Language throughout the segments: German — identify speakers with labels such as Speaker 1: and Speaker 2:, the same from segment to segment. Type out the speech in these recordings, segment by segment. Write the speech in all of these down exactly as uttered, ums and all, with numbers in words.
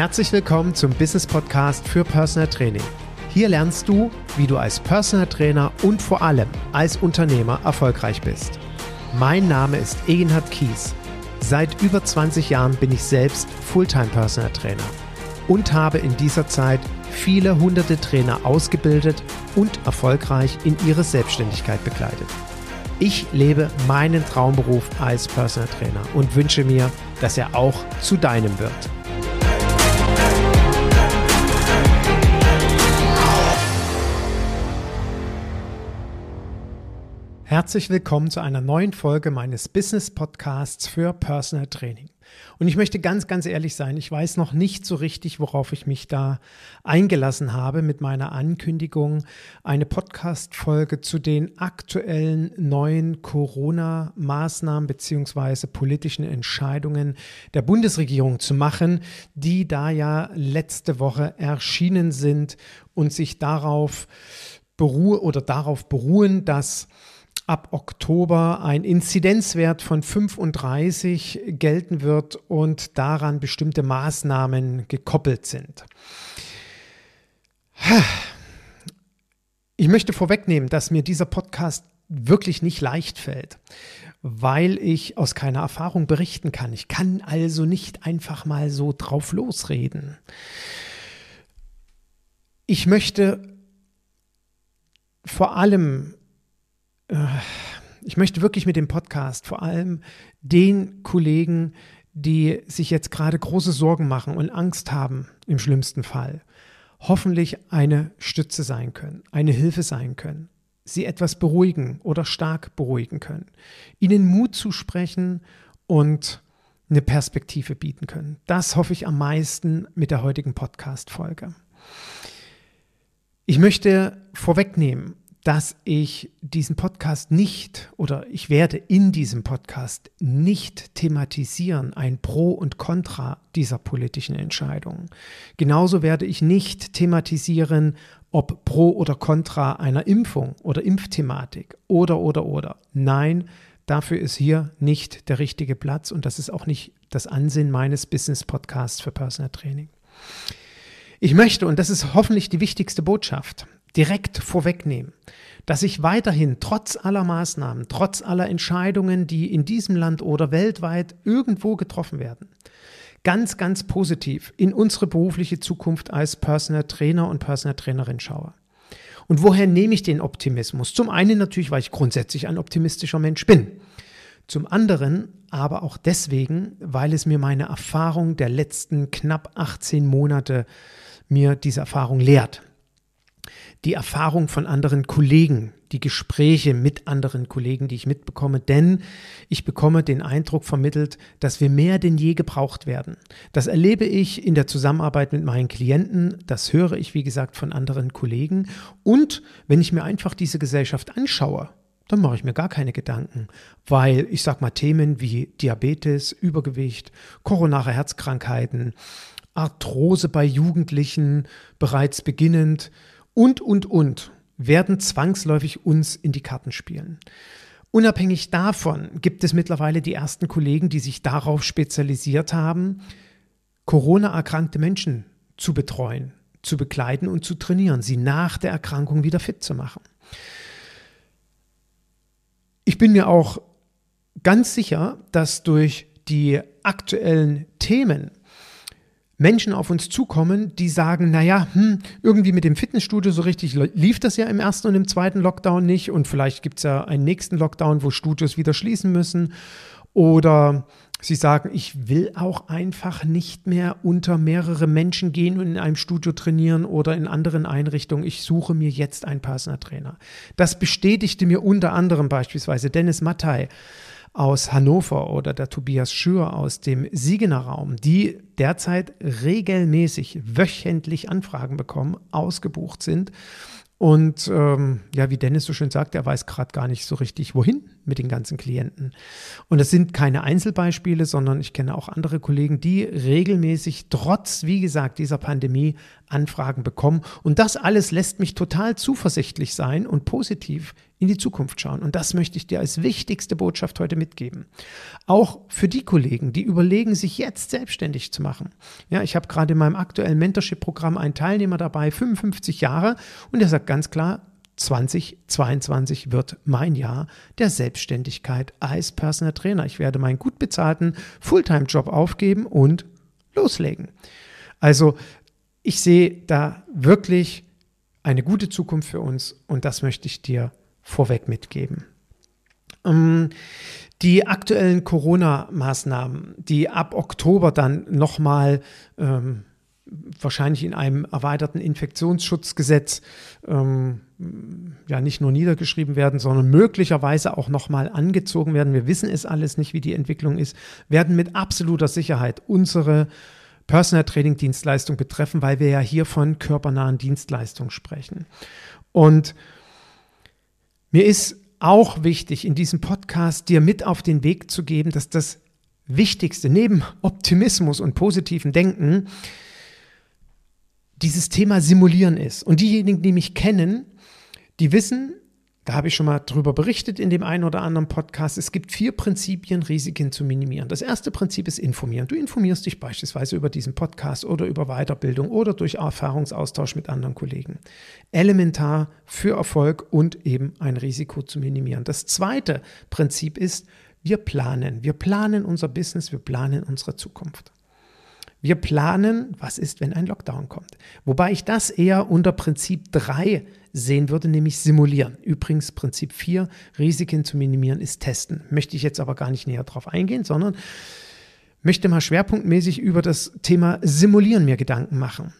Speaker 1: Herzlich willkommen zum Business Podcast für Personal Training. Hier lernst du, wie du als Personal Trainer und vor allem als Unternehmer erfolgreich bist. Mein Name ist Egenhard Kies. Seit über zwanzig Jahren bin ich selbst Fulltime Personal Trainer und habe in dieser Zeit viele hunderte Trainer ausgebildet und erfolgreich in ihre Selbstständigkeit begleitet. Ich lebe meinen Traumberuf als Personal Trainer und wünsche mir, dass er auch zu deinem wird. Herzlich willkommen zu einer neuen Folge meines Business Podcasts für Personal Training. Und ich möchte ganz, ganz ehrlich sein, ich weiß noch nicht so richtig, worauf ich mich da eingelassen habe mit meiner Ankündigung, eine Podcast-Folge zu den aktuellen neuen Corona-Maßnahmen bzw. politischen Entscheidungen der Bundesregierung zu machen, die da ja letzte Woche erschienen sind und sich darauf beruhen oder darauf beruhen, dass ab Oktober ein Inzidenzwert von fünfunddreißig gelten wird und daran bestimmte Maßnahmen gekoppelt sind. Ich möchte vorwegnehmen, dass mir dieser Podcast wirklich nicht leicht fällt, weil ich aus keiner Erfahrung berichten kann. Ich kann also nicht einfach mal so drauf losreden. Ich möchte vor allem Ich möchte wirklich mit dem Podcast vor allem den Kollegen, die sich jetzt gerade große Sorgen machen und Angst haben, im schlimmsten Fall, hoffentlich eine Stütze sein können, eine Hilfe sein können, sie etwas beruhigen oder stark beruhigen können, ihnen Mut zusprechen und eine Perspektive bieten können. Das hoffe ich am meisten mit der heutigen Podcast-Folge. Ich möchte vorwegnehmen, dass ich diesen Podcast nicht oder ich werde in diesem Podcast nicht thematisieren, ein Pro und Contra dieser politischen Entscheidungen. Genauso werde ich nicht thematisieren, ob Pro oder Contra einer Impfung oder Impfthematik oder, oder, oder. Nein, dafür ist hier nicht der richtige Platz und das ist auch nicht das Ansinnen meines Business-Podcasts für Personal Training. Ich möchte, und das ist hoffentlich die wichtigste Botschaft, direkt vorwegnehmen, dass ich weiterhin trotz aller Maßnahmen, trotz aller Entscheidungen, die in diesem Land oder weltweit irgendwo getroffen werden, ganz, ganz positiv in unsere berufliche Zukunft als Personal Trainer und Personal Trainerin schaue. Und woher nehme ich den Optimismus? Zum einen natürlich, weil ich grundsätzlich ein optimistischer Mensch bin. Zum anderen aber auch deswegen, weil es mir meine Erfahrung der letzten knapp achtzehn Monate mir diese Erfahrung lehrt. Die Erfahrung von anderen Kollegen, die Gespräche mit anderen Kollegen, die ich mitbekomme, denn ich bekomme den Eindruck vermittelt, dass wir mehr denn je gebraucht werden. Das erlebe ich in der Zusammenarbeit mit meinen Klienten, das höre ich, wie gesagt, von anderen Kollegen und wenn ich mir einfach diese Gesellschaft anschaue, dann mache ich mir gar keine Gedanken, weil ich sage mal Themen wie Diabetes, Übergewicht, koronare Herzkrankheiten, Arthrose bei Jugendlichen bereits beginnend, Und, und, und werden zwangsläufig uns in die Karten spielen. Unabhängig davon gibt es mittlerweile die ersten Kollegen, die sich darauf spezialisiert haben, Corona-erkrankte Menschen zu betreuen, zu begleiten und zu trainieren, sie nach der Erkrankung wieder fit zu machen. Ich bin mir auch ganz sicher, dass durch die aktuellen Themen Menschen auf uns zukommen, die sagen, naja, hm, irgendwie mit dem Fitnessstudio so richtig lief das ja im ersten und im zweiten Lockdown nicht und vielleicht gibt es ja einen nächsten Lockdown, wo Studios wieder schließen müssen oder sie sagen, ich will auch einfach nicht mehr unter mehrere Menschen gehen und in einem Studio trainieren oder in anderen Einrichtungen, ich suche mir jetzt einen Personal Trainer. Das bestätigte mir unter anderem beispielsweise Dennis Mattei aus Hannover oder der Tobias Schür aus dem Siegener Raum, die derzeit regelmäßig wöchentlich Anfragen bekommen, ausgebucht sind und ähm, ja, wie Dennis so schön sagt, er weiß gerade gar nicht so richtig wohin mit den ganzen Klienten. Und das sind keine Einzelbeispiele, sondern ich kenne auch andere Kollegen, die regelmäßig trotz, wie gesagt, dieser Pandemie Anfragen bekommen. Und das alles lässt mich total zuversichtlich sein und positiv in die Zukunft schauen. Und das möchte ich dir als wichtigste Botschaft heute mitgeben. Auch für die Kollegen, die überlegen, sich jetzt selbstständig zu machen. Ja, ich habe gerade in meinem aktuellen Mentorship-Programm einen Teilnehmer dabei, fünfundfünfzig Jahre, und der sagt ganz klar, zweitausendzweiundzwanzig wird mein Jahr der Selbstständigkeit als Personal Trainer. Ich werde meinen gut bezahlten Fulltime-Job aufgeben und loslegen. Also ich sehe da wirklich eine gute Zukunft für uns, und das möchte ich dir vorweg mitgeben. Ähm, die aktuellen Corona-Maßnahmen, die ab Oktober dann nochmal ähm, wahrscheinlich in einem erweiterten Infektionsschutzgesetz ähm, ja nicht nur niedergeschrieben werden, sondern möglicherweise auch nochmal angezogen werden. Wir wissen es alles nicht, wie die Entwicklung ist, werden mit absoluter Sicherheit unsere Personal Training Dienstleistung betreffen, weil wir ja hier von körpernahen Dienstleistungen sprechen. Und mir ist auch wichtig, in diesem Podcast dir mit auf den Weg zu geben, dass das Wichtigste neben Optimismus und positivem Denken dieses Thema Simulieren ist. Und diejenigen, die mich kennen, die wissen, da habe ich schon mal drüber berichtet in dem einen oder anderen Podcast, es gibt vier Prinzipien, Risiken zu minimieren. Das erste Prinzip ist informieren. Du informierst dich beispielsweise über diesen Podcast oder über Weiterbildung oder durch Erfahrungsaustausch mit anderen Kollegen. Elementar für Erfolg und eben ein Risiko zu minimieren. Das zweite Prinzip ist, wir planen. Wir planen unser Business, wir planen unsere Zukunft. Wir planen, was ist, wenn ein Lockdown kommt. Wobei ich das eher unter Prinzip drei sehen würde, nämlich simulieren. Übrigens Prinzip vier, Risiken zu minimieren, ist testen. Möchte ich jetzt aber gar nicht näher drauf eingehen, sondern möchte mal schwerpunktmäßig über das Thema Simulieren mir Gedanken machen.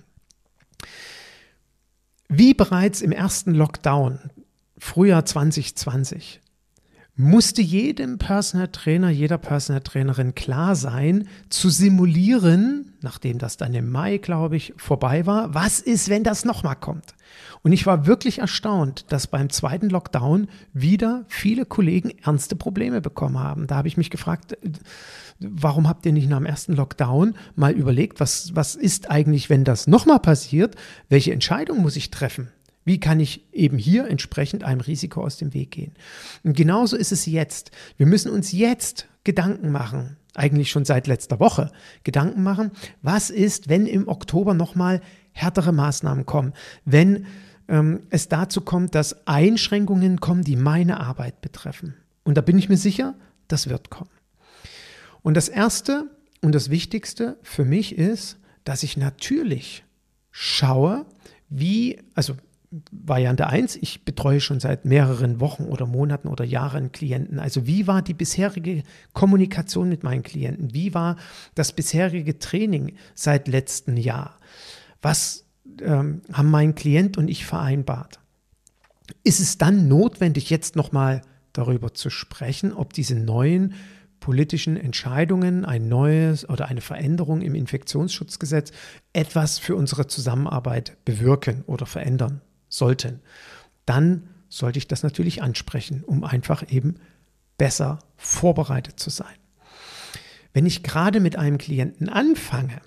Speaker 1: Wie bereits im ersten Lockdown, Frühjahr zwanzig zwanzig, musste jedem Personal Trainer, jeder Personal Trainerin klar sein, zu simulieren, nachdem das dann im Mai, glaube ich, vorbei war, was ist, wenn das nochmal kommt. Und ich war wirklich erstaunt, dass beim zweiten Lockdown wieder viele Kollegen ernste Probleme bekommen haben. Da habe ich mich gefragt, warum habt ihr nicht nach dem ersten Lockdown mal überlegt, was, was ist eigentlich, wenn das nochmal passiert, welche Entscheidung muss ich treffen? Wie kann ich eben hier entsprechend einem Risiko aus dem Weg gehen? Und genauso ist es jetzt. Wir müssen uns jetzt Gedanken machen, eigentlich schon seit letzter Woche Gedanken machen, was ist, wenn im Oktober nochmal härtere Maßnahmen kommen, wenn ähm, es dazu kommt, dass Einschränkungen kommen, die meine Arbeit betreffen. Und da bin ich mir sicher, das wird kommen. Und das Erste und das Wichtigste für mich ist, dass ich natürlich schaue, wie, also Variante eins, ich betreue schon seit mehreren Wochen oder Monaten oder Jahren Klienten. Also wie war die bisherige Kommunikation mit meinen Klienten? Wie war das bisherige Training seit letztem Jahr? Was ähm, haben mein Klient und ich vereinbart? Ist es dann notwendig, jetzt nochmal darüber zu sprechen, ob diese neuen politischen Entscheidungen, ein neues oder eine Veränderung im Infektionsschutzgesetz etwas für unsere Zusammenarbeit bewirken oder verändern sollten? Dann sollte ich das natürlich ansprechen, um einfach eben besser vorbereitet zu sein. Wenn ich gerade mit einem Klienten anfange,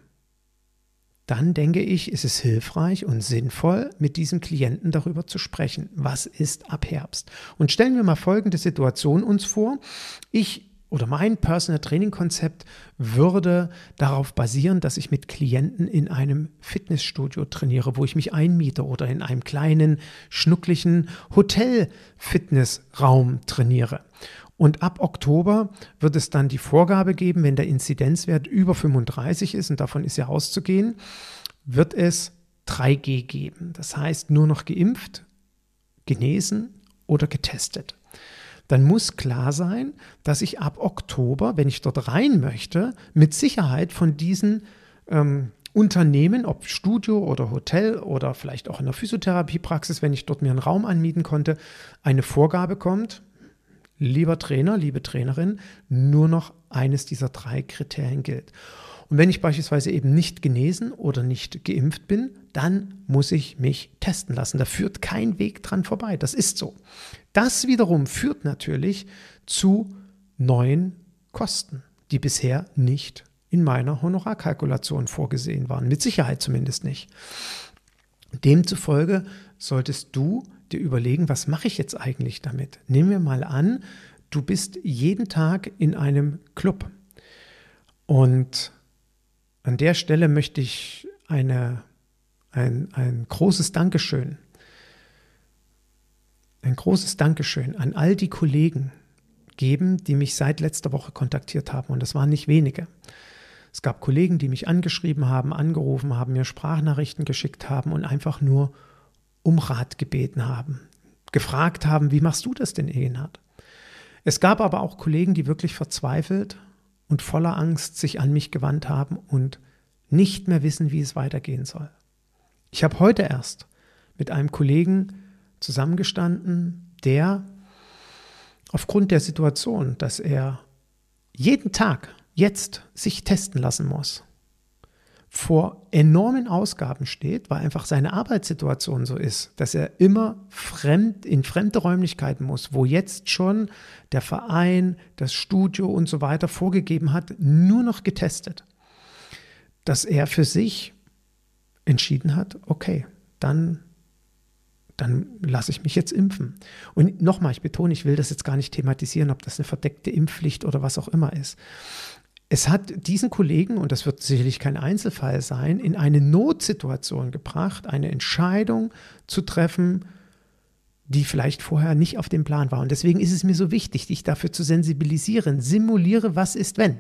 Speaker 1: dann denke ich, ist es hilfreich und sinnvoll, mit diesem Klienten darüber zu sprechen. Was ist ab Herbst? Und stellen wir mal folgende Situation uns vor. Ich oder mein Personal Training Konzept würde darauf basieren, dass ich mit Klienten in einem Fitnessstudio trainiere, wo ich mich einmiete, oder in einem kleinen, schnucklichen Hotel-Fitnessraum trainiere. Und ab Oktober wird es dann die Vorgabe geben, wenn der Inzidenzwert über fünfunddreißig ist, und davon ist ja auszugehen, wird es drei G geben. Das heißt, nur noch geimpft, genesen oder getestet. Dann muss klar sein, dass ich ab Oktober, wenn ich dort rein möchte, mit Sicherheit von diesen ähm, Unternehmen, ob Studio oder Hotel oder vielleicht auch in der Physiotherapiepraxis, wenn ich dort mir einen Raum anmieten konnte, eine Vorgabe kommt: Lieber Trainer, liebe Trainerin, nur noch eines dieser drei Kriterien gilt. Und wenn ich beispielsweise eben nicht genesen oder nicht geimpft bin, dann muss ich mich testen lassen. Da führt kein Weg dran vorbei. Das ist so. Das wiederum führt natürlich zu neuen Kosten, die bisher nicht in meiner Honorarkalkulation vorgesehen waren. Mit Sicherheit zumindest nicht. Demzufolge solltest du dir überlegen, was mache ich jetzt eigentlich damit? Nehmen wir mal an, du bist jeden Tag in einem Club. Und an der Stelle möchte ich eine, ein, ein großes Dankeschön, ein großes Dankeschön an all die Kollegen geben, die mich seit letzter Woche kontaktiert haben. Und das waren nicht wenige. Es gab Kollegen, die mich angeschrieben haben, angerufen haben, mir Sprachnachrichten geschickt haben und einfach nur um Rat gebeten haben. Gefragt haben, wie machst du das denn, Egenhard? Es gab aber auch Kollegen, die wirklich verzweifelt und voller Angst sich an mich gewandt haben und nicht mehr wissen, wie es weitergehen soll. Ich habe heute erst mit einem Kollegen zusammengestanden, der aufgrund der Situation, dass er jeden Tag jetzt sich testen lassen muss, vor enormen Ausgaben steht, weil einfach seine Arbeitssituation so ist, dass er immer fremd, in fremde Räumlichkeiten muss, wo jetzt schon der Verein, das Studio und so weiter vorgegeben hat, nur noch getestet. Dass er für sich entschieden hat, okay, dann, dann lasse ich mich jetzt impfen. Und nochmal, ich betone, ich will das jetzt gar nicht thematisieren, ob das eine verdeckte Impfpflicht oder was auch immer ist. Es hat diesen Kollegen, und das wird sicherlich kein Einzelfall sein, in eine Notsituation gebracht, eine Entscheidung zu treffen, die vielleicht vorher nicht auf dem Plan war. Und deswegen ist es mir so wichtig, dich dafür zu sensibilisieren. Simuliere, was ist, wenn.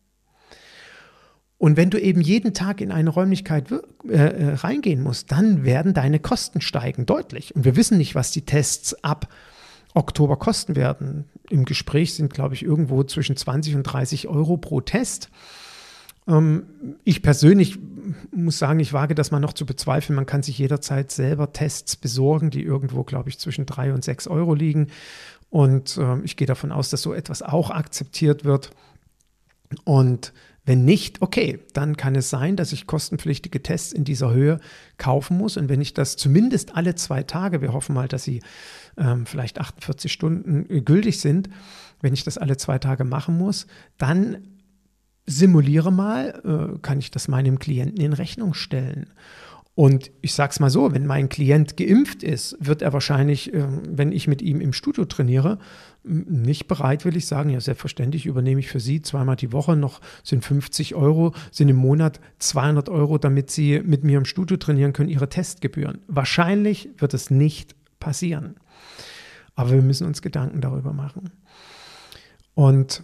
Speaker 1: Und wenn du eben jeden Tag in eine Räumlichkeit äh, reingehen musst, dann werden deine Kosten steigen, deutlich. Und wir wissen nicht, was die Tests ab Oktober kosten werden. Im Gespräch sind, glaube ich, irgendwo zwischen zwanzig und dreißig Euro pro Test. Ähm, ich persönlich muss sagen, ich wage das mal noch zu bezweifeln. Man kann sich jederzeit selber Tests besorgen, die irgendwo, glaube ich, zwischen drei und sechs Euro liegen. Und äh, ich gehe davon aus, dass so etwas auch akzeptiert wird. Und wenn nicht, okay, dann kann es sein, dass ich kostenpflichtige Tests in dieser Höhe kaufen muss. Und wenn ich das zumindest alle zwei Tage, wir hoffen mal, dass sie ähm, vielleicht achtundvierzig Stunden äh, gültig sind, wenn ich das alle zwei Tage machen muss, dann simuliere mal, äh, kann ich das meinem Klienten in Rechnung stellen. Und ich sage es mal so, wenn mein Klient geimpft ist, wird er wahrscheinlich, äh, wenn ich mit ihm im Studio trainiere, nicht bereitwillig sagen, ja selbstverständlich übernehme ich für Sie zweimal die Woche noch, sind fünfzig Euro, sind im Monat zweihundert Euro, damit Sie mit mir im Studio trainieren können, Ihre Testgebühren. Wahrscheinlich wird es nicht passieren. Aber wir müssen uns Gedanken darüber machen. Und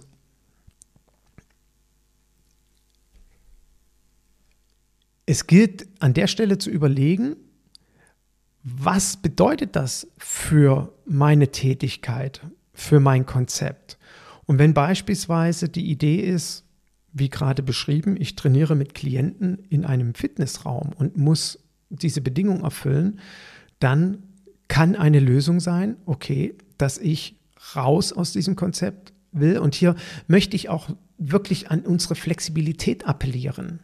Speaker 1: es gilt an der Stelle zu überlegen, was bedeutet das für meine Tätigkeit, für mein Konzept? Und wenn beispielsweise die Idee ist, wie gerade beschrieben, ich trainiere mit Klienten in einem Fitnessraum und muss diese Bedingungen erfüllen, dann kann eine Lösung sein, okay, dass ich raus aus diesem Konzept will. Und hier möchte ich auch wirklich an unsere Flexibilität appellieren.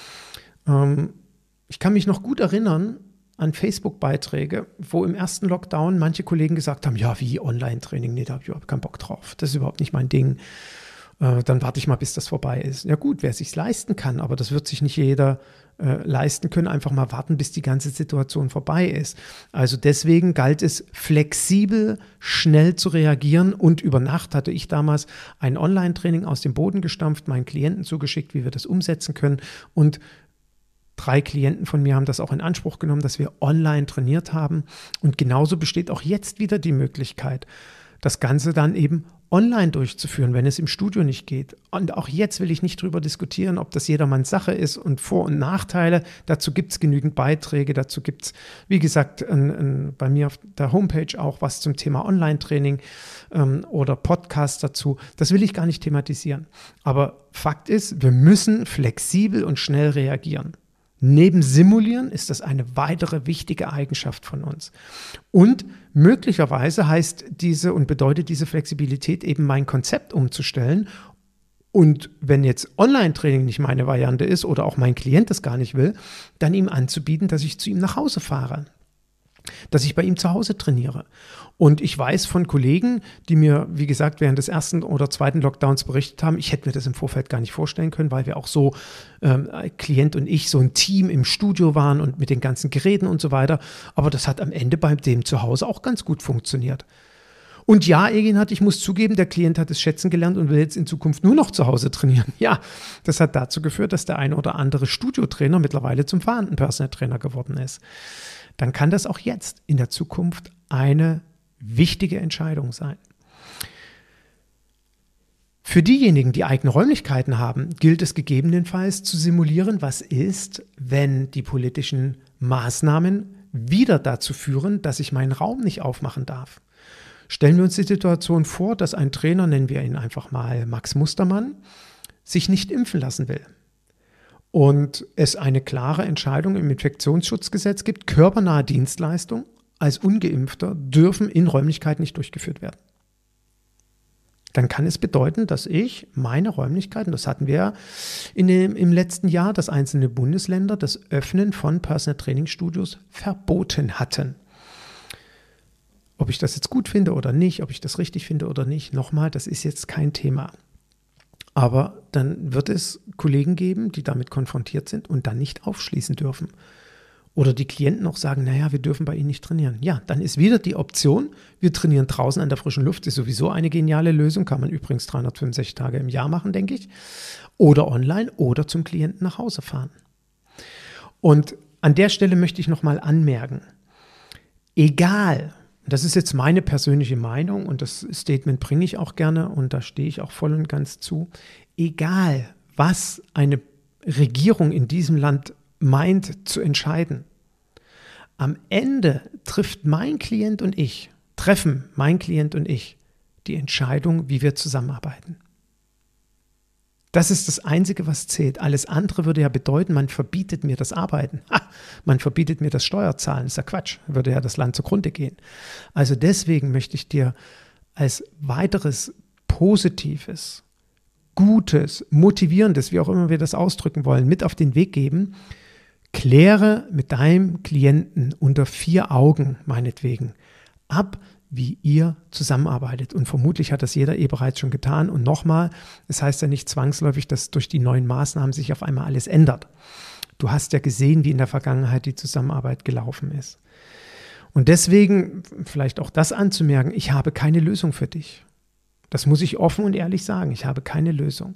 Speaker 1: Ich kann mich noch gut erinnern an Facebook-Beiträge, wo im ersten Lockdown manche Kollegen gesagt haben, ja, wie Online-Training, nee, da habe ich überhaupt keinen Bock drauf, das ist überhaupt nicht mein Ding, äh, dann warte ich mal, bis das vorbei ist. Ja gut, wer es sich leisten kann, aber das wird sich nicht jeder äh, leisten können, einfach mal warten, bis die ganze Situation vorbei ist. Also deswegen galt es, flexibel, schnell zu reagieren, und über Nacht hatte ich damals ein Online-Training aus dem Boden gestampft, meinen Klienten zugeschickt, wie wir das umsetzen können, und drei Klienten von mir haben das auch in Anspruch genommen, dass wir online trainiert haben. Und genauso besteht auch jetzt wieder die Möglichkeit, das Ganze dann eben online durchzuführen, wenn es im Studio nicht geht. Und auch jetzt will ich nicht drüber diskutieren, ob das jedermanns Sache ist und Vor- und Nachteile. Dazu gibt es genügend Beiträge. Dazu gibt es, wie gesagt, ein, ein, bei mir auf der Homepage auch was zum Thema Online-Training ähm, oder Podcasts dazu. Das will ich gar nicht thematisieren. Aber Fakt ist, wir müssen flexibel und schnell reagieren. Neben Simulieren ist das eine weitere wichtige Eigenschaft von uns. Und möglicherweise heißt diese und bedeutet diese Flexibilität eben, mein Konzept umzustellen Und wenn jetzt Online-Training nicht meine Variante ist oder auch mein Klient das gar nicht will, dann ihm anzubieten, dass ich zu ihm nach Hause fahre, dass ich bei ihm zu Hause trainiere. Und ich weiß von Kollegen, die mir, wie gesagt, während des ersten oder zweiten Lockdowns berichtet haben, ich hätte mir das im Vorfeld gar nicht vorstellen können, weil wir auch so, ähm, Klient und ich, so ein Team im Studio waren und mit den ganzen Geräten und so weiter. Aber das hat am Ende bei dem zu Hause auch ganz gut funktioniert. Und ja, Eginhard, ich muss zugeben, der Klient hat es schätzen gelernt und will jetzt in Zukunft nur noch zu Hause trainieren. Ja, das hat dazu geführt, dass der eine oder andere Studiotrainer mittlerweile zum fahrenden Personal Trainer geworden ist. Dann kann das auch jetzt in der Zukunft eine wichtige Entscheidung sein. Für diejenigen, die eigene Räumlichkeiten haben, gilt es gegebenenfalls zu simulieren, was ist, wenn die politischen Maßnahmen wieder dazu führen, dass ich meinen Raum nicht aufmachen darf. Stellen wir uns die Situation vor, dass ein Trainer, nennen wir ihn einfach mal Max Mustermann, sich nicht impfen lassen will. Und es eine klare Entscheidung im Infektionsschutzgesetz gibt, körpernahe Dienstleistungen als Ungeimpfter dürfen in Räumlichkeiten nicht durchgeführt werden. Dann kann es bedeuten, dass ich meine Räumlichkeiten, das hatten wir in dem, im letzten Jahr, dass einzelne Bundesländer das Öffnen von Personal Training Studios verboten hatten. Ob ich das jetzt gut finde oder nicht, ob ich das richtig finde oder nicht, nochmal, das ist jetzt kein Thema. Aber dann wird es Kollegen geben, die damit konfrontiert sind und dann nicht aufschließen dürfen. Oder die Klienten auch sagen, naja, wir dürfen bei Ihnen nicht trainieren. Ja, dann ist wieder die Option, wir trainieren draußen an der frischen Luft, ist sowieso eine geniale Lösung, kann man übrigens dreihundertfünfundsechzig Tage im Jahr machen, denke ich. Oder online oder zum Klienten nach Hause fahren. Und an der Stelle möchte ich nochmal anmerken, egal, das ist jetzt meine persönliche Meinung und das Statement bringe ich auch gerne und da stehe ich auch voll und ganz zu. Egal, was eine Regierung in diesem Land meint zu entscheiden, am Ende trifft mein Klient und ich, treffen mein Klient und ich die Entscheidung, wie wir zusammenarbeiten. Das ist das Einzige, was zählt. Alles andere würde ja bedeuten, man verbietet mir das Arbeiten. Ha, man verbietet mir das Steuerzahlen. Das ist ja Quatsch. Würde ja das Land zugrunde gehen. Also deswegen möchte ich dir als weiteres positives, gutes, motivierendes, wie auch immer wir das ausdrücken wollen, mit auf den Weg geben. Kläre mit deinem Klienten unter vier Augen, meinetwegen, ab, wie ihr zusammenarbeitet. Und vermutlich hat das jeder eh bereits schon getan. Und nochmal, es heißt ja nicht zwangsläufig, dass durch die neuen Maßnahmen sich auf einmal alles ändert. Du hast ja gesehen, wie in der Vergangenheit die Zusammenarbeit gelaufen ist. Und deswegen, vielleicht auch das anzumerken, ich habe keine Lösung für dich. Das muss ich offen und ehrlich sagen. Ich habe keine Lösung.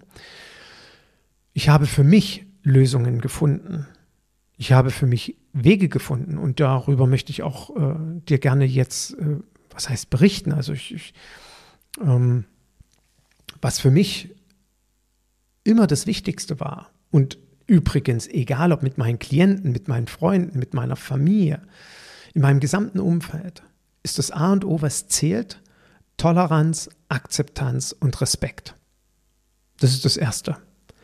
Speaker 1: Ich habe für mich Lösungen gefunden. Ich habe für mich Wege gefunden. Und darüber möchte ich auch äh, dir gerne jetzt äh, was heißt berichten? Also ich, ich ähm, was für mich immer das Wichtigste war und übrigens, egal ob mit meinen Klienten, mit meinen Freunden, mit meiner Familie, in meinem gesamten Umfeld, ist das A und O, was zählt, Toleranz, Akzeptanz und Respekt. Das ist das Erste.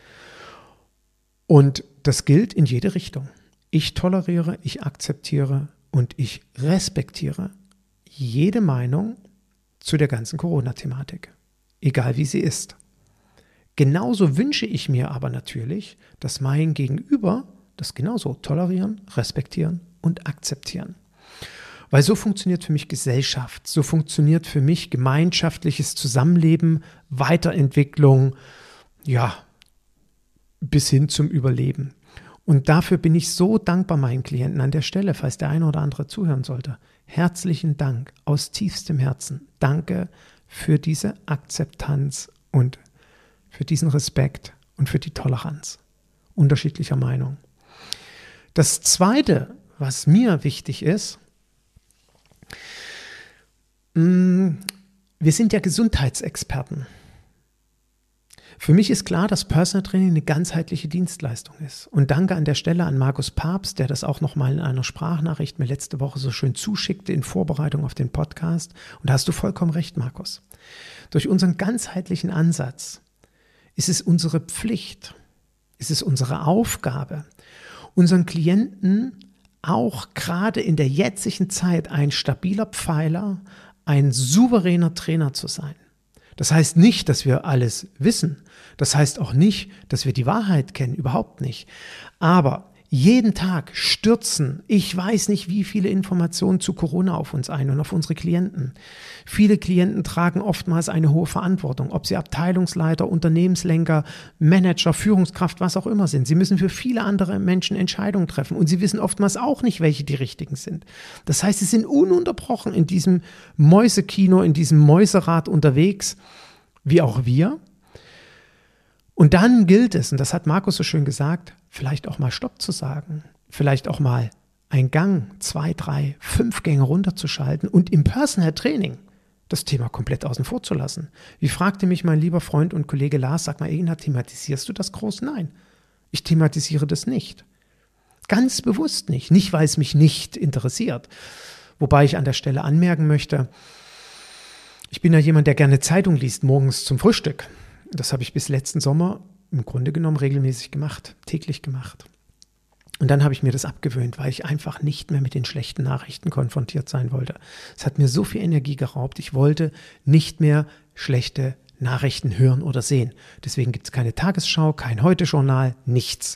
Speaker 1: Und das gilt in jede Richtung. Ich toleriere, ich akzeptiere und ich respektiere jede Meinung zu der ganzen Corona-Thematik, egal wie sie ist. Genauso wünsche ich mir aber natürlich, dass mein Gegenüber das genauso tolerieren, respektieren und akzeptieren. Weil so funktioniert für mich Gesellschaft, so funktioniert für mich gemeinschaftliches Zusammenleben, Weiterentwicklung, ja, bis hin zum Überleben. Und dafür bin ich so dankbar meinen Klienten an der Stelle, falls der eine oder andere zuhören sollte. Herzlichen Dank aus tiefstem Herzen. Danke für diese Akzeptanz und für diesen Respekt und für die Toleranz unterschiedlicher Meinung. Das Zweite, was mir wichtig ist, wir sind ja Gesundheitsexperten. Für mich ist klar, dass Personal Training eine ganzheitliche Dienstleistung ist. Und danke an der Stelle an Markus Papst, der das auch nochmal in einer Sprachnachricht mir letzte Woche so schön zuschickte in Vorbereitung auf den Podcast. Und da hast du vollkommen recht, Markus. Durch unseren ganzheitlichen Ansatz ist es unsere Pflicht, ist es unsere Aufgabe, unseren Klienten auch gerade in der jetzigen Zeit ein stabiler Pfeiler, ein souveräner Trainer zu sein. Das heißt nicht, dass wir alles wissen. Das heißt auch nicht, dass wir die Wahrheit kennen, überhaupt nicht. Aber jeden Tag stürzen, ich weiß nicht, wie viele Informationen zu Corona auf uns ein und auf unsere Klienten. Viele Klienten tragen oftmals eine hohe Verantwortung, ob sie Abteilungsleiter, Unternehmenslenker, Manager, Führungskraft, was auch immer sind. Sie müssen für viele andere Menschen Entscheidungen treffen und sie wissen oftmals auch nicht, welche die richtigen sind. Das heißt, sie sind ununterbrochen in diesem Mäusekino, in diesem Mäuserad unterwegs, wie auch wir. Und dann gilt es, und das hat Markus so schön gesagt, vielleicht auch mal Stopp zu sagen, vielleicht auch mal einen Gang, zwei, drei, fünf Gänge runterzuschalten und im Personal Training das Thema komplett außen vor zu lassen. Wie fragte mich mein lieber Freund und Kollege Lars, sag mal, Eginhard, thematisierst du das groß? Nein, ich thematisiere das nicht. Ganz bewusst nicht, nicht weil es mich nicht interessiert. Wobei ich an der Stelle anmerken möchte, ich bin ja jemand, der gerne Zeitung liest, morgens zum Frühstück. Das habe ich bis letzten Sommer im Grunde genommen regelmäßig gemacht, täglich gemacht. Und dann habe ich mir das abgewöhnt, weil ich einfach nicht mehr mit den schlechten Nachrichten konfrontiert sein wollte. Es hat mir so viel Energie geraubt, ich wollte nicht mehr schlechte Nachrichten hören oder sehen. Deswegen gibt es keine Tagesschau, kein Heute-Journal, nichts.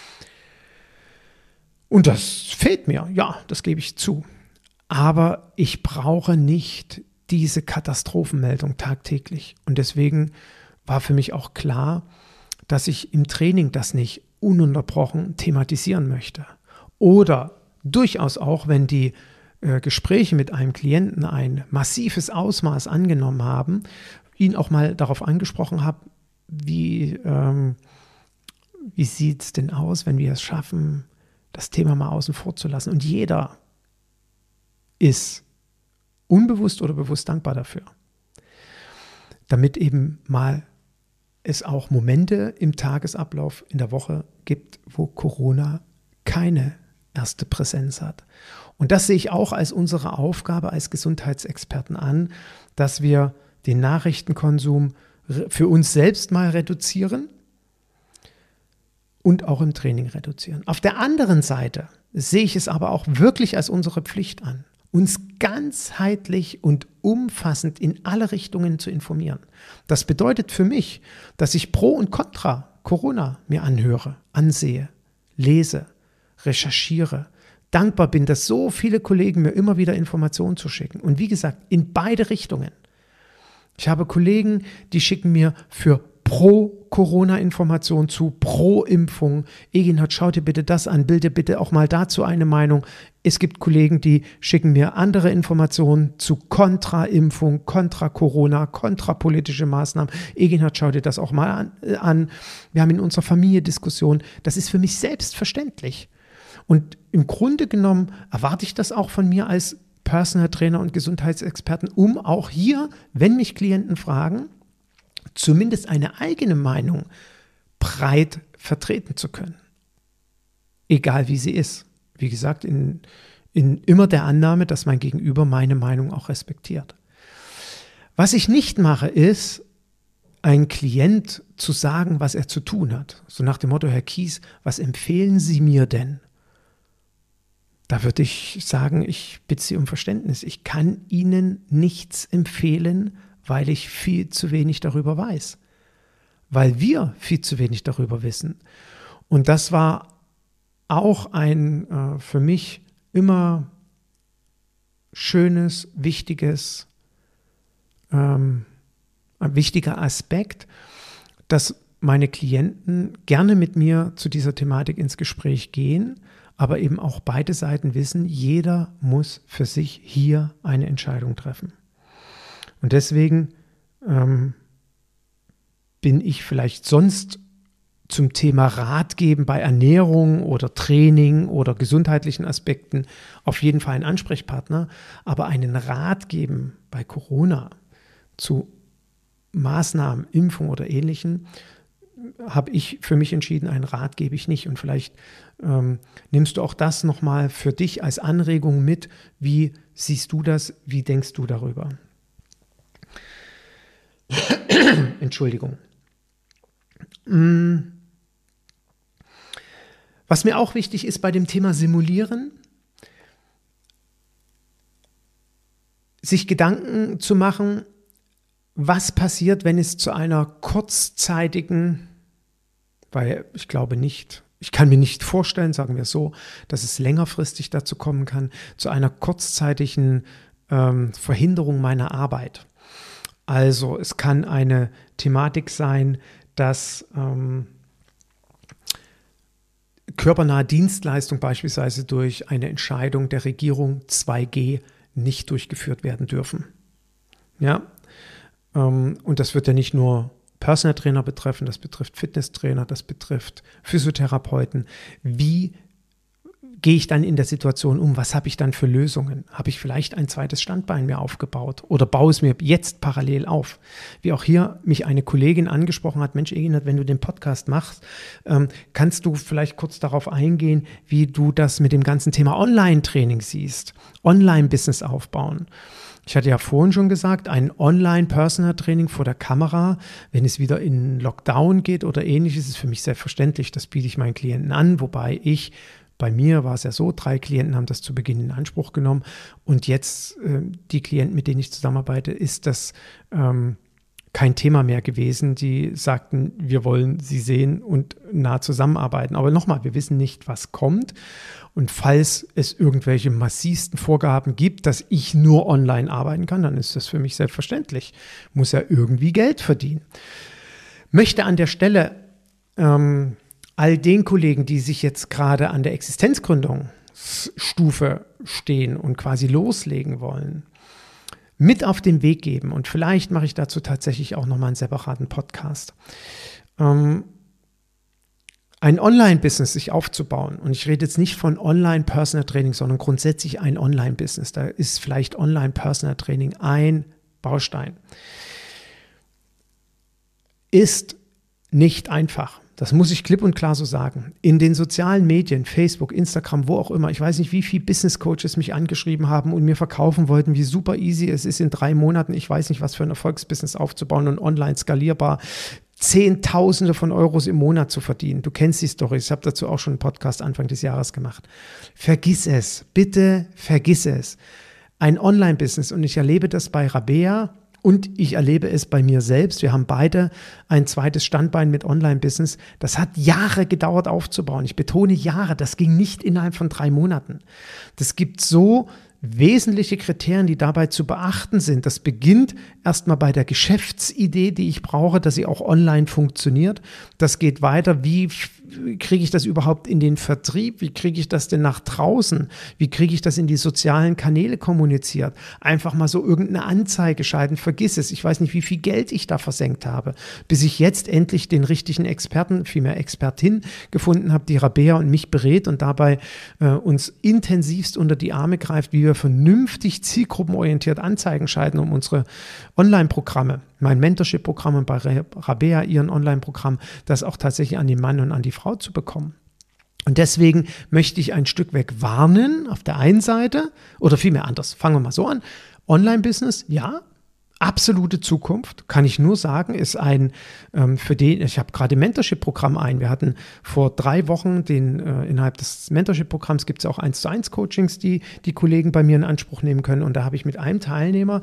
Speaker 1: Und das fehlt mir, ja, das gebe ich zu. Aber ich brauche nicht diese Katastrophenmeldung tagtäglich. Und deswegen war für mich auch klar, dass ich im Training das nicht ununterbrochen thematisieren möchte. Oder durchaus auch, wenn die äh, Gespräche mit einem Klienten ein massives Ausmaß angenommen haben, ihn auch mal darauf angesprochen habe, wie, ähm, wie sieht es denn aus, wenn wir es schaffen, das Thema mal außen vor zu lassen. Und jeder ist unbewusst oder bewusst dankbar dafür. Damit eben mal es auch Momente im Tagesablauf in der Woche gibt, wo Corona keine erste Präsenz hat. Und das sehe ich auch als unsere Aufgabe als Gesundheitsexperten an, dass wir den Nachrichtenkonsum für uns selbst mal reduzieren und auch im Training reduzieren. Auf der anderen Seite sehe ich es aber auch wirklich als unsere Pflicht an, uns ganzheitlich und umfassend in alle Richtungen zu informieren. Das bedeutet für mich, dass ich Pro und Contra Corona mir anhöre, ansehe, lese, recherchiere, dankbar bin, dass so viele Kollegen mir immer wieder Informationen zu schicken. Und wie gesagt, in beide Richtungen. Ich habe Kollegen, die schicken mir für Pro-Corona-Information zu, Pro-Impfung. Eginhard, schau dir bitte das an, bilde bitte auch mal dazu eine Meinung. Es gibt Kollegen, die schicken mir andere Informationen zu Kontra-Impfung, Kontra-Corona, kontrapolitische Maßnahmen. Eginhard, schau dir das auch mal an, äh, an. Wir haben in unserer Familie Diskussionen. Das ist für mich selbstverständlich. Und im Grunde genommen erwarte ich das auch von mir als Personal Trainer und Gesundheitsexperten, um auch hier, wenn mich Klienten fragen, zumindest eine eigene Meinung breit vertreten zu können. Egal wie sie ist. Wie gesagt, in, in immer der Annahme, dass mein Gegenüber meine Meinung auch respektiert. Was ich nicht mache, ist, einem Klient zu sagen, was er zu tun hat. So nach dem Motto, Herr Kies, was empfehlen Sie mir denn? Da würde ich sagen, ich bitte Sie um Verständnis. Ich kann Ihnen nichts empfehlen, weil ich viel zu wenig darüber weiß. Weil wir viel zu wenig darüber wissen. Und das war auch ein äh, für mich immer schönes, wichtiges, ähm, ein wichtiger Aspekt, dass meine Klienten gerne mit mir zu dieser Thematik ins Gespräch gehen, aber eben auch beide Seiten wissen, jeder muss für sich hier eine Entscheidung treffen. Und deswegen ähm, bin ich vielleicht sonst zum Thema Rat geben bei Ernährung oder Training oder gesundheitlichen Aspekten auf jeden Fall ein Ansprechpartner, aber einen Rat geben bei Corona zu Maßnahmen, Impfung oder Ähnlichem, habe ich für mich entschieden, einen Rat gebe ich nicht. Und vielleicht ähm, nimmst du auch das nochmal für dich als Anregung mit. Wie siehst du das? Wie denkst du darüber? Entschuldigung. Was mir auch wichtig ist bei dem Thema Simulieren, sich Gedanken zu machen, was passiert, wenn es zu einer kurzzeitigen, weil ich glaube nicht, ich kann mir nicht vorstellen, sagen wir so, dass es längerfristig dazu kommen kann, zu einer kurzzeitigen ähm, Verhinderung meiner Arbeit. Also es kann eine Thematik sein, dass ähm, körpernahe Dienstleistungen beispielsweise durch eine Entscheidung der Regierung zwei G nicht durchgeführt werden dürfen. Ja, ähm, und das wird ja nicht nur Personal Trainer betreffen, das betrifft Fitnesstrainer, das betrifft Physiotherapeuten. Wie gehe ich dann in der Situation um? Was habe ich dann für Lösungen? Habe ich vielleicht ein zweites Standbein mir aufgebaut oder baue es mir jetzt parallel auf? Wie auch hier mich eine Kollegin angesprochen hat, Mensch, Eginhard, wenn du den Podcast machst, ähm, kannst du vielleicht kurz darauf eingehen, wie du das mit dem ganzen Thema Online-Training siehst, Online-Business aufbauen. Ich hatte ja vorhin schon gesagt, ein Online-Personal-Training vor der Kamera, wenn es wieder in Lockdown geht oder ähnliches, ist für mich selbstverständlich. Das biete ich meinen Klienten an, wobei ich, bei mir war es ja so, drei Klienten haben das zu Beginn in Anspruch genommen und jetzt äh, die Klienten, mit denen ich zusammenarbeite, ist das ähm, kein Thema mehr gewesen. Die sagten, wir wollen sie sehen und nah zusammenarbeiten. Aber nochmal, wir wissen nicht, was kommt. Und falls es irgendwelche massivsten Vorgaben gibt, dass ich nur online arbeiten kann, dann ist das für mich selbstverständlich. Muss ja irgendwie Geld verdienen. Möchte an der Stelle ähm, all den Kollegen, die sich jetzt gerade an der Existenzgründungsstufe stehen und quasi loslegen wollen, mit auf den Weg geben. Und vielleicht mache ich dazu tatsächlich auch nochmal einen separaten Podcast. Ähm, ein Online-Business sich aufzubauen, und ich rede jetzt nicht von Online-Personal-Training, sondern grundsätzlich ein Online-Business, da ist vielleicht Online-Personal-Training ein Baustein, ist nicht einfach. Das muss ich klipp und klar so sagen. In den sozialen Medien, Facebook, Instagram, wo auch immer, ich weiß nicht, wie viele Business-Coaches mich angeschrieben haben und mir verkaufen wollten, wie super easy es ist, in drei Monaten, ich weiß nicht, was für ein Erfolgsbusiness aufzubauen und online skalierbar, Zehntausende von Euros im Monat zu verdienen. Du kennst die Storys, ich habe dazu auch schon einen Podcast Anfang des Jahres gemacht. Vergiss es, bitte vergiss es. Ein Online-Business, und ich erlebe das bei Rabea und ich erlebe es bei mir selbst. Wir haben beide ein zweites Standbein mit Online-Business. Das hat Jahre gedauert aufzubauen. Ich betone Jahre, das ging nicht innerhalb von drei Monaten. Das gibt so wesentliche Kriterien, die dabei zu beachten sind. Das beginnt erstmal bei der Geschäftsidee, die ich brauche, dass sie auch online funktioniert. Das geht weiter, wie kriege ich das überhaupt in den Vertrieb? Wie kriege ich das denn nach draußen? Wie kriege ich das in die sozialen Kanäle kommuniziert? Einfach mal so irgendeine Anzeige schalten, vergiss es. Ich weiß nicht, wie viel Geld ich da versenkt habe, bis ich jetzt endlich den richtigen Experten, vielmehr Expertin gefunden habe, die Rabea und mich berät und dabei äh, uns intensivst unter die Arme greift, wie wir vernünftig zielgruppenorientiert Anzeigen schalten, um unsere Online-Programme, mein Mentorship-Programm und bei Rabea ihren Online-Programm, das auch tatsächlich an den Mann und an die Frau zu bekommen. Und deswegen möchte ich ein Stück weg warnen auf der einen Seite, oder vielmehr anders, fangen wir mal so an, Online-Business, ja, absolute Zukunft, kann ich nur sagen, ist ein, ähm, für den, ich habe gerade Mentorship-Programm ein, wir hatten vor drei Wochen den, äh, innerhalb des Mentorship-Programms gibt es auch eins zu eins Coachings, die die Kollegen bei mir in Anspruch nehmen können, und da habe ich mit einem Teilnehmer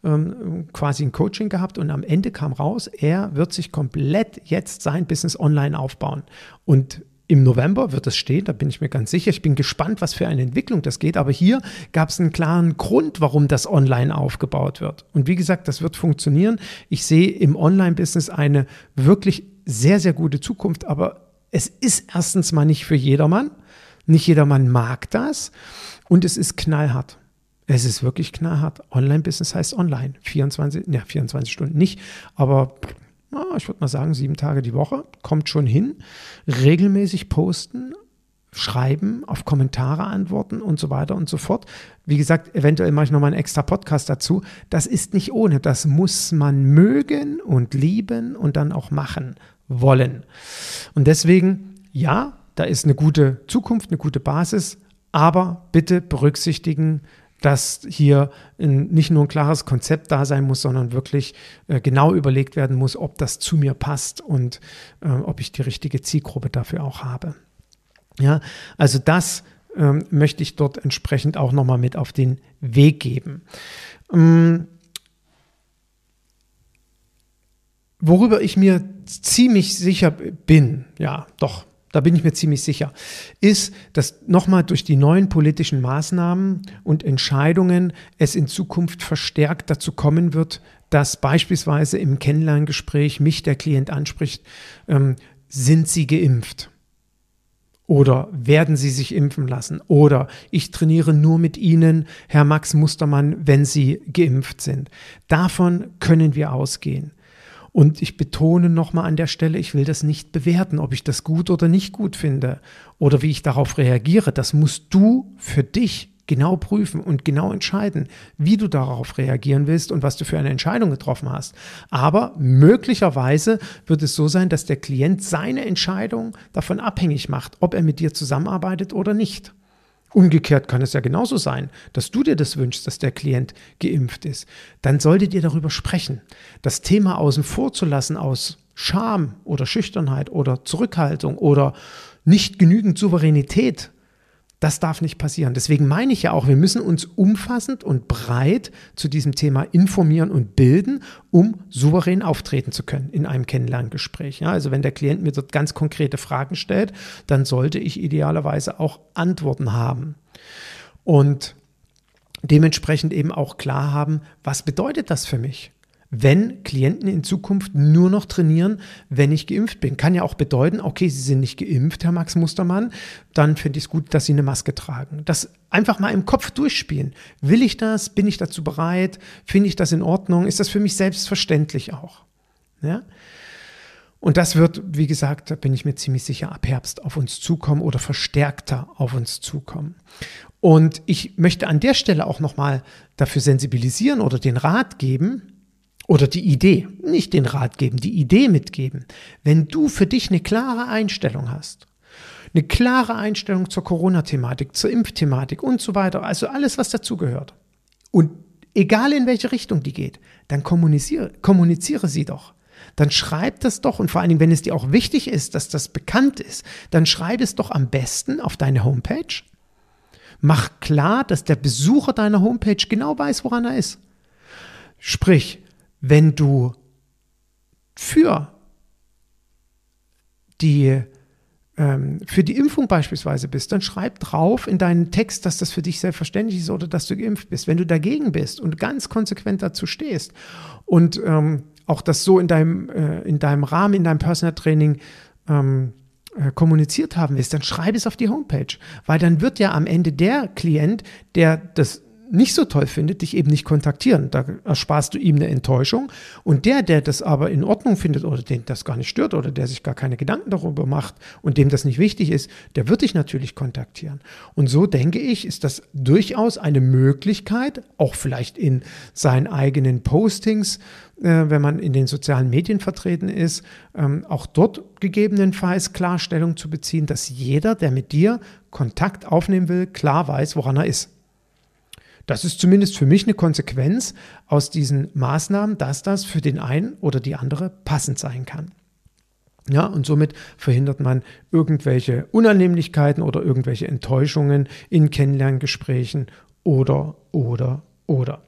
Speaker 1: ähm, quasi ein Coaching gehabt und am Ende kam raus, er wird sich komplett jetzt sein Business online aufbauen, und im November wird es stehen, da bin ich mir ganz sicher. Ich bin gespannt, was für eine Entwicklung das geht. Aber hier gab es einen klaren Grund, warum das online aufgebaut wird. Und wie gesagt, das wird funktionieren. Ich sehe im Online-Business eine wirklich sehr, sehr gute Zukunft. Aber es ist erstens mal nicht für jedermann. Nicht jedermann mag das. Und es ist knallhart. Es ist wirklich knallhart. Online-Business heißt online. vierundzwanzig, ja, vierundzwanzig Stunden nicht, aber ich würde mal sagen, sieben Tage die Woche, kommt schon hin, regelmäßig posten, schreiben, auf Kommentare antworten und so weiter und so fort. Wie gesagt, eventuell mache ich nochmal einen extra Podcast dazu. Das ist nicht ohne, das muss man mögen und lieben und dann auch machen wollen. Und deswegen, ja, da ist eine gute Zukunft, eine gute Basis, aber bitte berücksichtigen, dass hier nicht nur ein klares Konzept da sein muss, sondern wirklich äh, genau überlegt werden muss, ob das zu mir passt und äh, ob ich die richtige Zielgruppe dafür auch habe. Ja, also das ähm, möchte ich dort entsprechend auch nochmal mit auf den Weg geben. Ähm, worüber ich mir ziemlich sicher bin, ja, doch, da bin ich mir ziemlich sicher, ist, dass nochmal durch die neuen politischen Maßnahmen und Entscheidungen es in Zukunft verstärkt dazu kommen wird, dass beispielsweise im Kennenlerngespräch mich der Klient anspricht, ähm, sind Sie geimpft? Oder werden Sie sich impfen lassen? Oder ich trainiere nur mit Ihnen, Herr Max Mustermann, wenn Sie geimpft sind. Davon können wir ausgehen. Und ich betone nochmal an der Stelle, ich will das nicht bewerten, ob ich das gut oder nicht gut finde oder wie ich darauf reagiere. Das musst du für dich genau prüfen und genau entscheiden, wie du darauf reagieren willst und was du für eine Entscheidung getroffen hast. Aber möglicherweise wird es so sein, dass der Klient seine Entscheidung davon abhängig macht, ob er mit dir zusammenarbeitet oder nicht. Umgekehrt kann es ja genauso sein, dass du dir das wünschst, dass der Klient geimpft ist. Dann solltet ihr darüber sprechen. Das Thema außen vor zu lassen aus Scham oder Schüchternheit oder Zurückhaltung oder nicht genügend Souveränität, das darf nicht passieren. Deswegen meine ich ja auch, wir müssen uns umfassend und breit zu diesem Thema informieren und bilden, um souverän auftreten zu können in einem Kennenlerngespräch. Ja, also wenn der Klient mir dort ganz konkrete Fragen stellt, dann sollte ich idealerweise auch Antworten haben. Und dementsprechend eben auch klar haben, was bedeutet das für mich? Wenn Klienten in Zukunft nur noch trainieren, wenn ich geimpft bin. Kann ja auch bedeuten, okay, Sie sind nicht geimpft, Herr Max Mustermann, dann finde ich es gut, dass Sie eine Maske tragen. Das einfach mal im Kopf durchspielen. Will ich das? Bin ich dazu bereit? Finde ich das in Ordnung? Ist das für mich selbstverständlich auch? Ja? Und das wird, wie gesagt, da bin ich mir ziemlich sicher, ab Herbst auf uns zukommen oder verstärkter auf uns zukommen. Und ich möchte an der Stelle auch nochmal dafür sensibilisieren oder den Rat geben, oder die Idee, nicht den Rat geben, die Idee mitgeben. Wenn du für dich eine klare Einstellung hast, eine klare Einstellung zur Corona-Thematik, zur Impfthematik und so weiter, also alles, was dazugehört. Und egal in welche Richtung die geht, dann kommuniziere, kommuniziere sie doch. Dann schreib das doch und vor allen Dingen, wenn es dir auch wichtig ist, dass das bekannt ist, dann schreib es doch am besten auf deine Homepage. Mach klar, dass der Besucher deiner Homepage genau weiß, woran er ist. Sprich, wenn du für die, ähm, für die Impfung beispielsweise bist, dann schreib drauf in deinen Text, dass das für dich selbstverständlich ist oder dass du geimpft bist. Wenn du dagegen bist und ganz konsequent dazu stehst und ähm, auch das so in deinem, äh, in deinem Rahmen, in deinem Personal Training ähm, äh, kommuniziert haben willst, dann schreib es auf die Homepage, weil dann wird ja am Ende der Klient, der das nicht so toll findet, dich eben nicht kontaktieren. Da ersparst du ihm eine Enttäuschung. Und der, der das aber in Ordnung findet oder den das gar nicht stört oder der sich gar keine Gedanken darüber macht und dem das nicht wichtig ist, der wird dich natürlich kontaktieren. Und so denke ich, ist das durchaus eine Möglichkeit, auch vielleicht in seinen eigenen Postings, äh, wenn man in den sozialen Medien vertreten ist, ähm, auch dort gegebenenfalls Klarstellung zu beziehen, dass jeder, der mit dir Kontakt aufnehmen will, klar weiß, woran er ist. Das ist zumindest für mich eine Konsequenz aus diesen Maßnahmen, dass das für den einen oder die andere passend sein kann. Ja, und somit verhindert man irgendwelche Unannehmlichkeiten oder irgendwelche Enttäuschungen in Kennenlerngesprächen oder, oder, oder.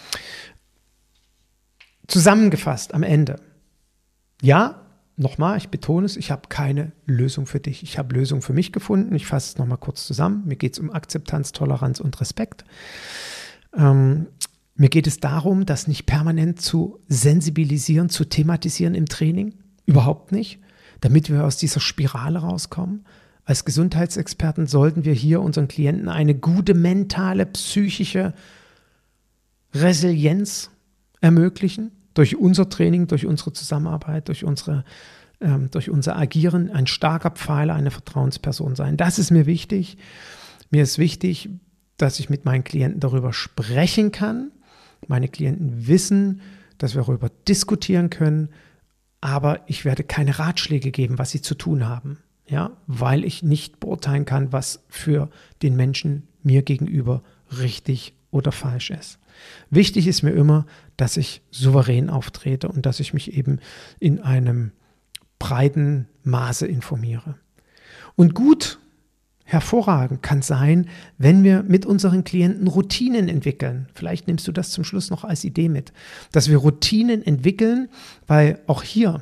Speaker 1: Zusammengefasst am Ende. Ja, nochmal, ich betone es, ich habe keine Lösung für dich. Ich habe Lösungen für mich gefunden. Ich fasse es nochmal kurz zusammen. Mir geht es um Akzeptanz, Toleranz und Respekt. Ähm, mir geht es darum, das nicht permanent zu sensibilisieren, zu thematisieren im Training. Überhaupt nicht. Damit wir aus dieser Spirale rauskommen. Als Gesundheitsexperten sollten wir hier unseren Klienten eine gute mentale, psychische Resilienz ermöglichen. Durch unser Training, durch unsere Zusammenarbeit, durch, unsere, ähm, durch unser Agieren ein starker Pfeiler, eine Vertrauensperson sein. Das ist mir wichtig. Mir ist wichtig, dass ich mit meinen Klienten darüber sprechen kann. Meine Klienten wissen, dass wir darüber diskutieren können, aber ich werde keine Ratschläge geben, was sie zu tun haben, ja, weil ich nicht beurteilen kann, was für den Menschen mir gegenüber richtig oder falsch ist. Wichtig ist mir immer, dass ich souverän auftrete und dass ich mich eben in einem breiten Maße informiere. Und gut hervorragend kann sein, wenn wir mit unseren Klienten Routinen entwickeln. Vielleicht nimmst du das zum Schluss noch als Idee mit, dass wir Routinen entwickeln, weil auch hier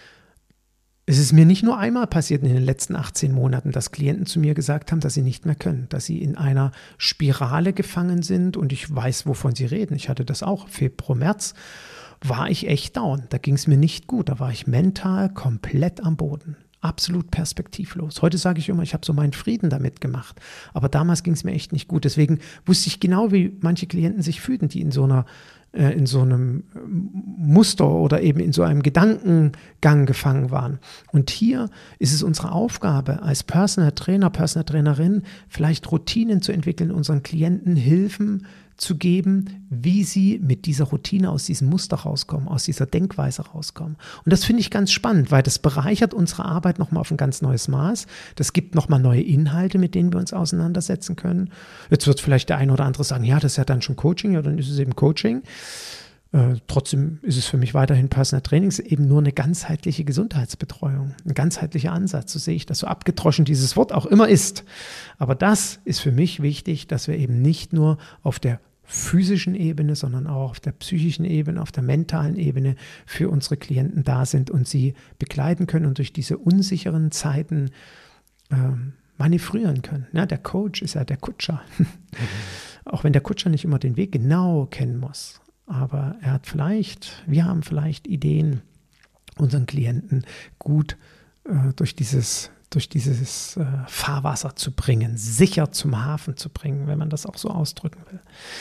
Speaker 1: es ist mir nicht nur einmal passiert in den letzten achtzehn Monaten, dass Klienten zu mir gesagt haben, dass sie nicht mehr können, dass sie in einer Spirale gefangen sind und ich weiß, wovon sie reden. Ich hatte das auch. Februar, März war ich echt down. Da ging es mir nicht gut. Da war ich mental komplett am Boden. Absolut perspektivlos. Heute sage ich immer, ich habe so meinen Frieden damit gemacht. Aber damals ging es mir echt nicht gut. Deswegen wusste ich genau, wie manche Klienten sich fühlen, die in so einer in so einem Muster oder eben in so einem Gedankengang gefangen waren. Und hier ist es unsere Aufgabe als Personal Trainer, Personal Trainerin, vielleicht Routinen zu entwickeln, unseren Klienten Hilfen zu geben, wie sie mit dieser Routine aus diesem Muster rauskommen, aus dieser Denkweise rauskommen. Und das finde ich ganz spannend, weil das bereichert unsere Arbeit nochmal auf ein ganz neues Maß. Das gibt nochmal neue Inhalte, mit denen wir uns auseinandersetzen können. Jetzt wird vielleicht der eine oder andere sagen, ja, das ist ja dann schon Coaching, ja, dann ist es eben Coaching. Äh, trotzdem ist es für mich weiterhin Personal Training, ist eben nur eine ganzheitliche Gesundheitsbetreuung, ein ganzheitlicher Ansatz. So sehe ich das, so abgedroschen dieses Wort auch immer ist. Aber das ist für mich wichtig, dass wir eben nicht nur auf der physischen Ebene, sondern auch auf der psychischen Ebene, auf der mentalen Ebene für unsere Klienten da sind und sie begleiten können und durch diese unsicheren Zeiten ähm, manövrieren können. Ja, der Coach ist ja der Kutscher. Mhm. Auch wenn der Kutscher nicht immer den Weg genau kennen muss. Aber er hat vielleicht, wir haben vielleicht Ideen, unseren Klienten gut äh, durch dieses durch dieses äh, Fahrwasser zu bringen, sicher zum Hafen zu bringen, wenn man das auch so ausdrücken will.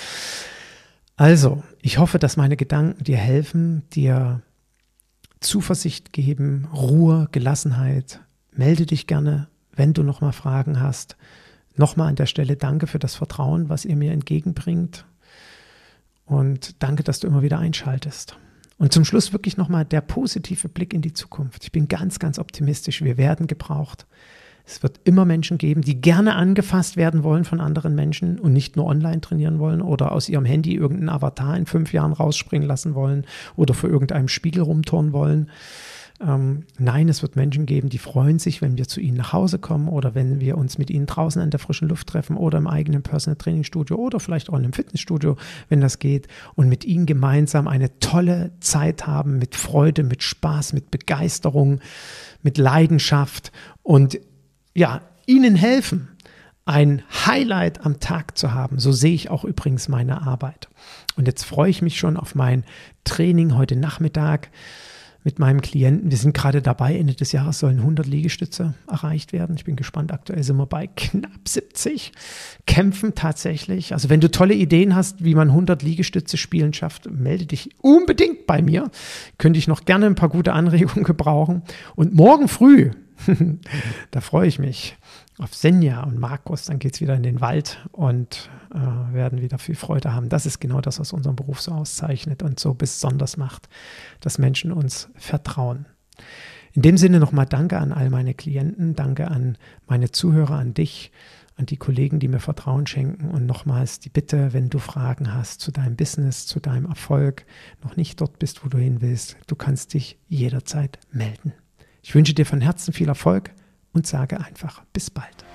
Speaker 1: Also, ich hoffe, dass meine Gedanken dir helfen, dir Zuversicht geben, Ruhe, Gelassenheit. Melde dich gerne, wenn du nochmal Fragen hast. Nochmal an der Stelle danke für das Vertrauen, was ihr mir entgegenbringt. Und danke, dass du immer wieder einschaltest. Und zum Schluss wirklich nochmal der positive Blick in die Zukunft. Ich bin ganz, ganz optimistisch. Wir werden gebraucht. Es wird immer Menschen geben, die gerne angefasst werden wollen von anderen Menschen und nicht nur online trainieren wollen oder aus ihrem Handy irgendeinen Avatar in fünf Jahren rausspringen lassen wollen oder vor irgendeinem Spiegel rumturnen wollen. Ähm, nein, es wird Menschen geben, die freuen sich, wenn wir zu ihnen nach Hause kommen oder wenn wir uns mit ihnen draußen an der frischen Luft treffen oder im eigenen Personal Training Studio oder vielleicht auch in einem Fitnessstudio, wenn das geht, und mit ihnen gemeinsam eine tolle Zeit haben, mit Freude, mit Spaß, mit Begeisterung, mit Leidenschaft und ja, ihnen helfen, ein Highlight am Tag zu haben. So sehe ich auch übrigens meine Arbeit. Und jetzt freue ich mich schon auf mein Training heute Nachmittag mit meinem Klienten. Wir sind gerade dabei, Ende des Jahres sollen hundert Liegestütze erreicht werden. Ich bin gespannt, aktuell sind wir bei knapp siebzig. Kämpfen tatsächlich. Also wenn du tolle Ideen hast, wie man hundert Liegestütze spielen schafft, melde dich unbedingt bei mir. Könnte ich noch gerne ein paar gute Anregungen gebrauchen. Und morgen früh, da freue ich mich auf Senja und Markus, dann geht es wieder in den Wald und äh, werden wieder viel Freude haben. Das ist genau das, was unseren Beruf so auszeichnet und so besonders macht, dass Menschen uns vertrauen. In dem Sinne nochmal danke an all meine Klienten, danke an meine Zuhörer, an dich, an die Kollegen, die mir Vertrauen schenken, und nochmals die Bitte, wenn du Fragen hast zu deinem Business, zu deinem Erfolg, noch nicht dort bist, wo du hin willst, du kannst dich jederzeit melden. Ich wünsche dir von Herzen viel Erfolg und sage einfach bis bald.